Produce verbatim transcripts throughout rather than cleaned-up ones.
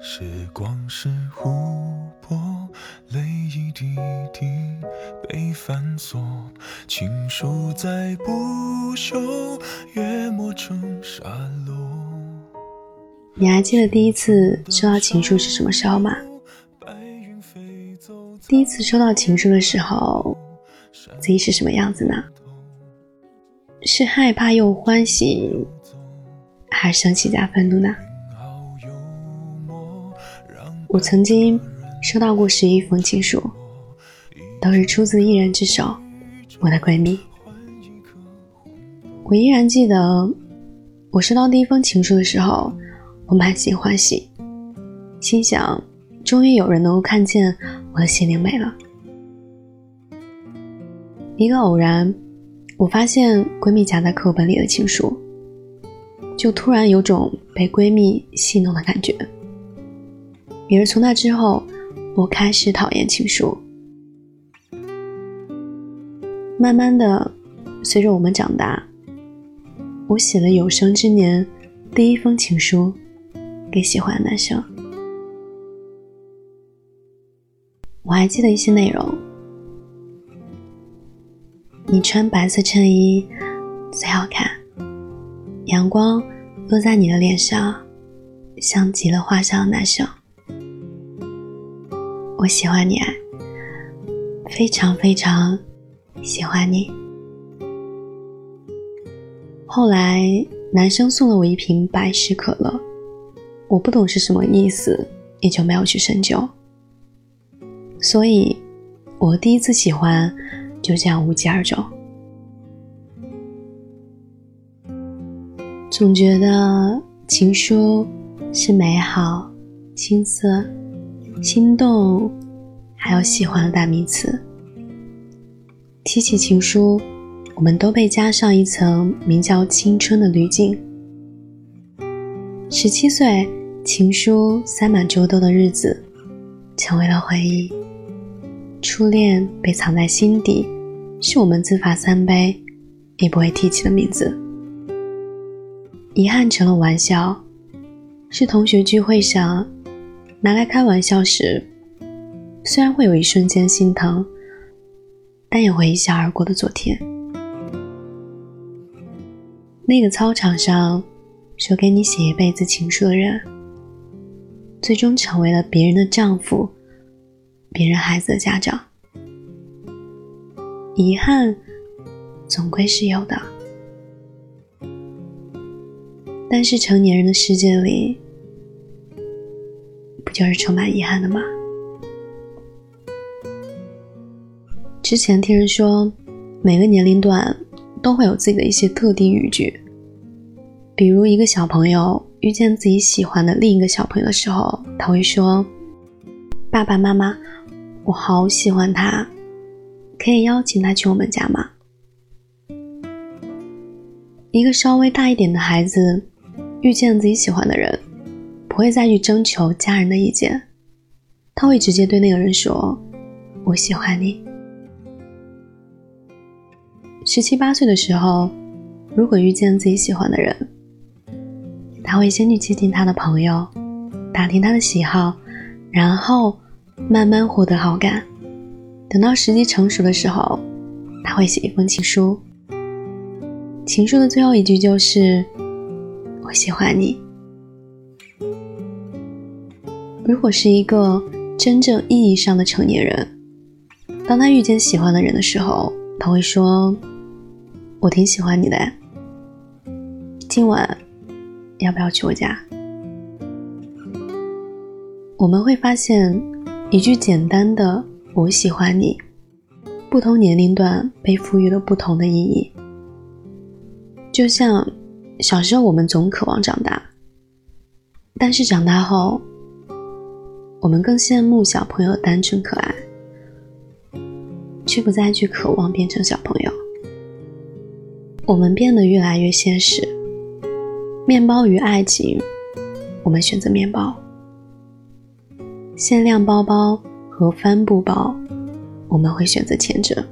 时光是湖泊，泪一滴滴被反锁，情书在不朽，越磨成沙漏。 你还记得第一次收到情书是什么时候吗？第一次收到情书的时候，自己是什么样子呢？是害怕又欢喜，还是生气加愤怒呢？我曾经收到过十一封情书，都是出自一人之手，我的闺蜜。我依然记得，我收到第一封情书的时候，我满心欢喜，心想终于有人能够看见我的心灵美了。一个偶然，我发现闺蜜夹在课本里的情书，就突然有种被闺蜜戏弄的感觉。也是从那之后，我开始讨厌情书。慢慢的，随着我们长大，我写了有生之年第一封情书给喜欢的男生。我还记得一些内容：你穿白色衬衣最好看，阳光落在你的脸上，像极了画上的男生。我喜欢你，爱，非常非常喜欢你。后来男生送了我一瓶百事可乐，我不懂是什么意思，也就没有去深究。所以我第一次喜欢就这样无疾而终。总觉得情书是美好、青涩、心动还有喜欢的代名词。提起情书，我们都被加上一层名叫青春的滤镜。十七岁，情书塞满周兜的日子成为了回忆。初恋被藏在心底，是我们自罚三杯也不会提起的名字。遗憾成了玩笑，是同学聚会上拿来开玩笑时，虽然会有一瞬间心疼，但也会一笑而过的昨天。那个操场上说给你写一辈子情书的人，最终成为了别人的丈夫，别人孩子的家长。遗憾总归是有的，但是成年人的世界里，不就是充满遗憾的吗？之前听人说，每个年龄段都会有自己的一些特定语句，比如一个小朋友遇见自己喜欢的另一个小朋友的时候，他会说：爸爸妈妈，我好喜欢他，可以邀请他去我们家吗？一个稍微大一点的孩子遇见自己喜欢的人，不会再去征求家人的意见，他会直接对那个人说：我喜欢你。十七八岁的时候，如果遇见自己喜欢的人，他会先去接近他的朋友，打听他的喜好，然后慢慢获得好感。等到时机成熟的时候，他会写一封情书。情书的最后一句就是我喜欢你。如果是一个真正意义上的成年人，当他遇见喜欢的人的时候，他会说：我挺喜欢你的，今晚要不要去我家？我们会发现，一句简单的我喜欢你，不同年龄段被赋予了不同的意义。就像小时候我们总渴望长大，但是长大后我们更羡慕小朋友的单纯可爱，却不再去渴望变成小朋友。我们变得越来越现实，面包与爱情，我们选择面包；限量包包和帆布包，我们会选择前者；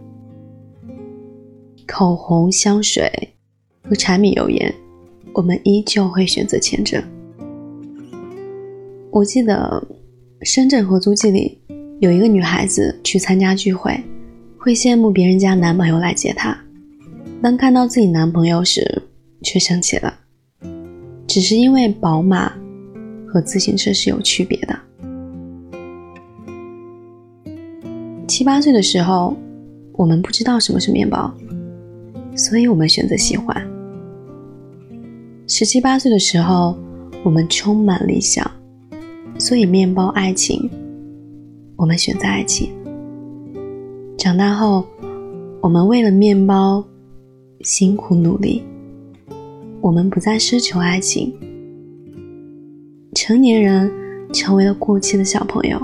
口红、香水和柴米油盐，我们依旧会选择前者。 我记得深圳合租记里有一个女孩子去参加聚会，会羡慕别人家男朋友来接她，当看到自己男朋友时却生气了，只是因为宝马和自行车是有区别的。七八岁的时候，我们不知道什么是面包，所以我们选择喜欢。十七八岁的时候，我们充满理想，所以面包爱情，我们选择爱情。长大后，我们为了面包辛苦努力，我们不再奢求爱情。成年人成为了过气的小朋友，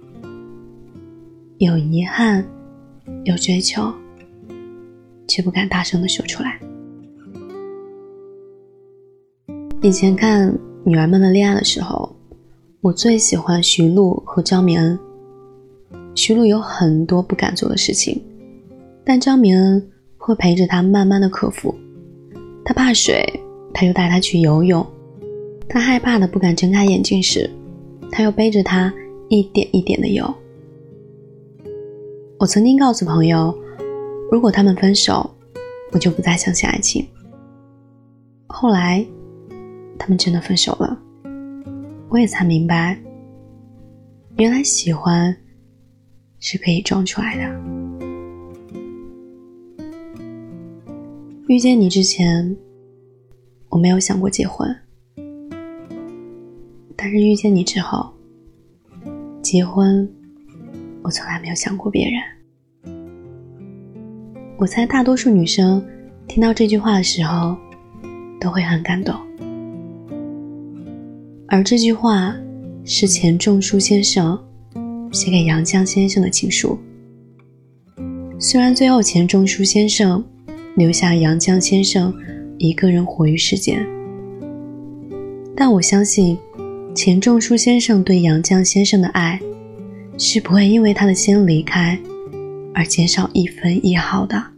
有遗憾，有追求，却不敢大声地说出来。以前看《女儿们的恋爱》的时候，我最喜欢徐璐和张敏恩。徐璐有很多不敢做的事情，但张敏恩会陪着她慢慢的克服。她怕水，她就带她去游泳；她害怕的不敢睁开眼睛时，她又背着她一点一点的游。我曾经告诉朋友，如果他们分手，我就不再相信爱情。后来他们真的分手了，我也才明白，原来喜欢是可以装出来的。遇见你之前，我没有想过结婚，但是遇见你之后，结婚我从来没有想过别人。我猜大多数女生听到这句话的时候都会很感动，而这句话是钱钟书先生写给杨绛先生的情书。虽然最后钱钟书先生留下杨绛先生一个人活于世间，但我相信钱钟书先生对杨绛先生的爱是不会因为他的先离开而减少一分一毫的。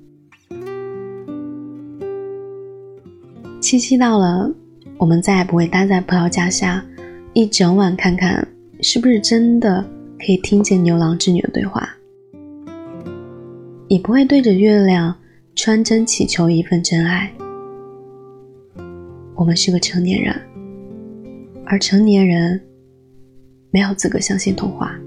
七夕到了，我们再也不会待在葡萄架下一整晚看看是不是真的可以听见牛郎织女的对话，也不会对着月亮穿针祈求一份真爱。我们是个成年人，而成年人没有资格相信童话。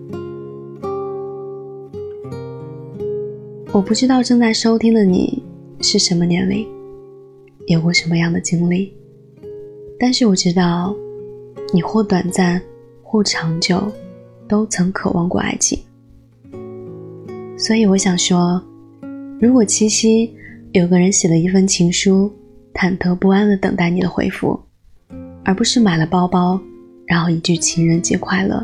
我不知道正在收听的你是什么年龄，有过什么样的经历，但是我知道你或短暂或长久都曾渴望过爱情。所以我想说，如果七夕有个人写了一份情书，忐忑不安地等待你的回复，而不是买了包包然后一句情人节快乐，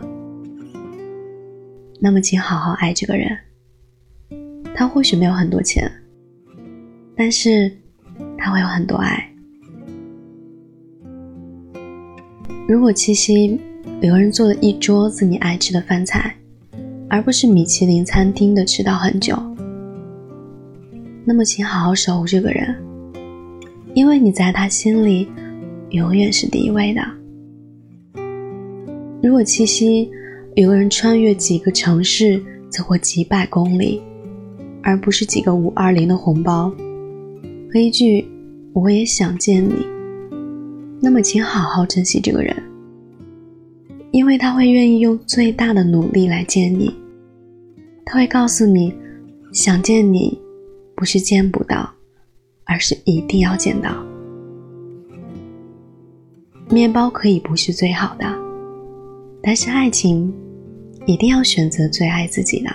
那么请好好爱这个人。他或许没有很多钱，但是他会有很多爱。如果七夕有人做了一桌子你爱吃的饭菜，而不是米其林餐厅的迟到很久，那么请好好守护这个人，因为你在他心里永远是第一位的。如果七夕有个人穿越几个城市走过几百公里，而不是几个五二零的红包和一句我也想见你，那么请好好珍惜这个人，因为他会愿意用最大的努力来见你。他会告诉你，想见你不是见不到，而是一定要见到。面包可以不是最好的，但是爱情一定要选择最爱自己的。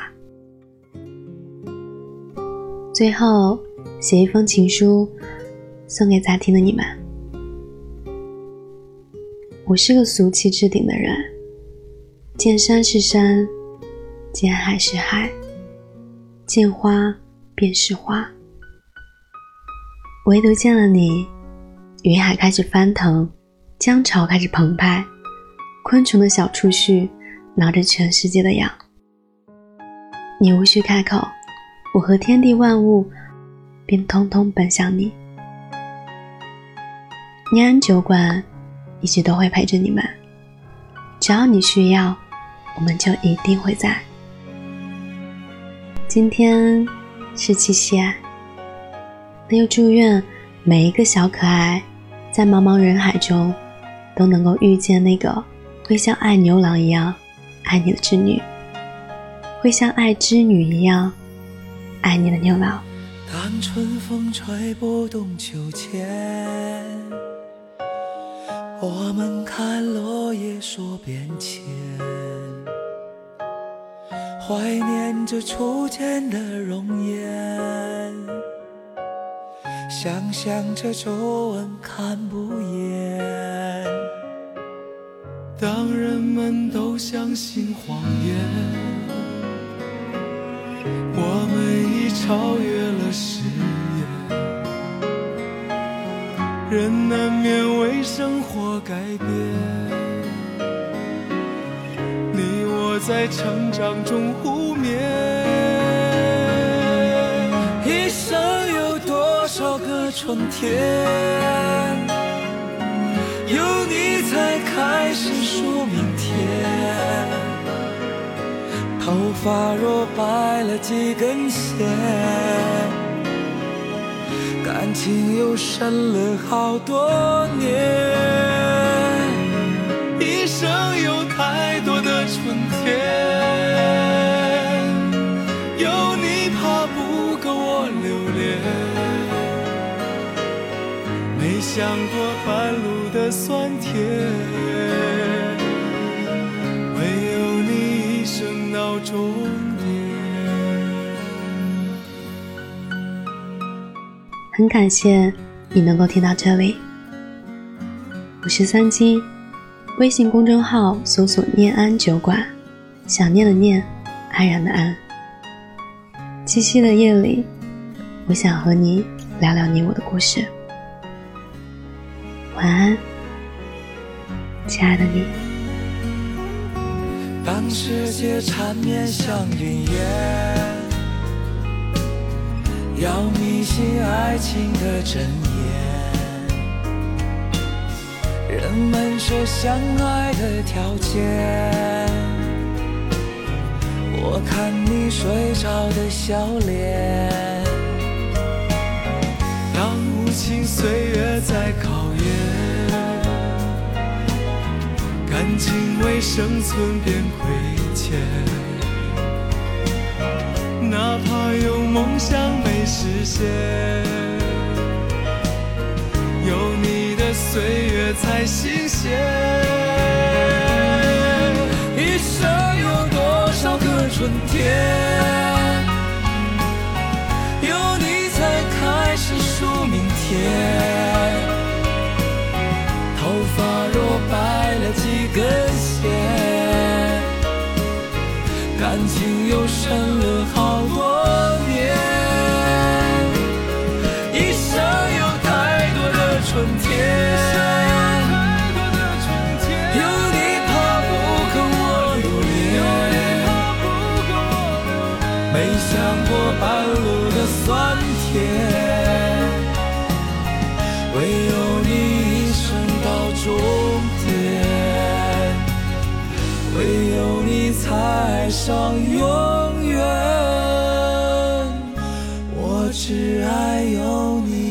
最后写一封情书送给在听的你们。我是个俗气置顶的人，见山是山，见海是海，见花便是花，唯独见了你，云海开始翻腾，江潮开始澎湃，昆虫的小触须挠着全世界的痒。你无需开口，我和天地万物便通通奔向你。念安酒馆一直都会陪着你们， 只要你需要，我们就一定会在。今天是七夕啊，那就祝愿每一个小可爱在茫茫人海中都能够遇见那个会像爱牛郎一样爱你的织女，会像爱织女一样爱你的牛郎。 当春风吹不动秋千，我们看落叶说变迁，怀念着初见的容颜，想象着皱纹看不厌。 当人们都相信谎言，我们已超越了誓言，人难免为生活改变，你我在成长中互勉。 一生有多少个春天，有你才开始数明天。头发若白了几根线，感情又深了好多年。 一生有太多的春天，有你怕不够我留恋，没想过半路的酸甜，唯有你一生到终点。 很感谢你能够听到这里，我是三七，微信公众号搜索念安酒馆，想念的念，安然的安。七夕的夜里，我想和你聊聊你我的故事。晚安，亲爱的你。 当世界缠绵像云烟，要迷信爱情的真言，人们说相爱的条件，我看你睡着的笑脸。 当无情岁月在考验，感情为生存变亏欠，哪怕有梦想没实现，有你的岁月才新鲜。 一生有多少个春天，有你才开始数明天。头发若白了几根线，感情又深了好多年。一生有太多的春天，有你怕不够我留恋，没想过半路的酸甜，唯有你一生到终点，唯有你才爱上永远，我只爱有你。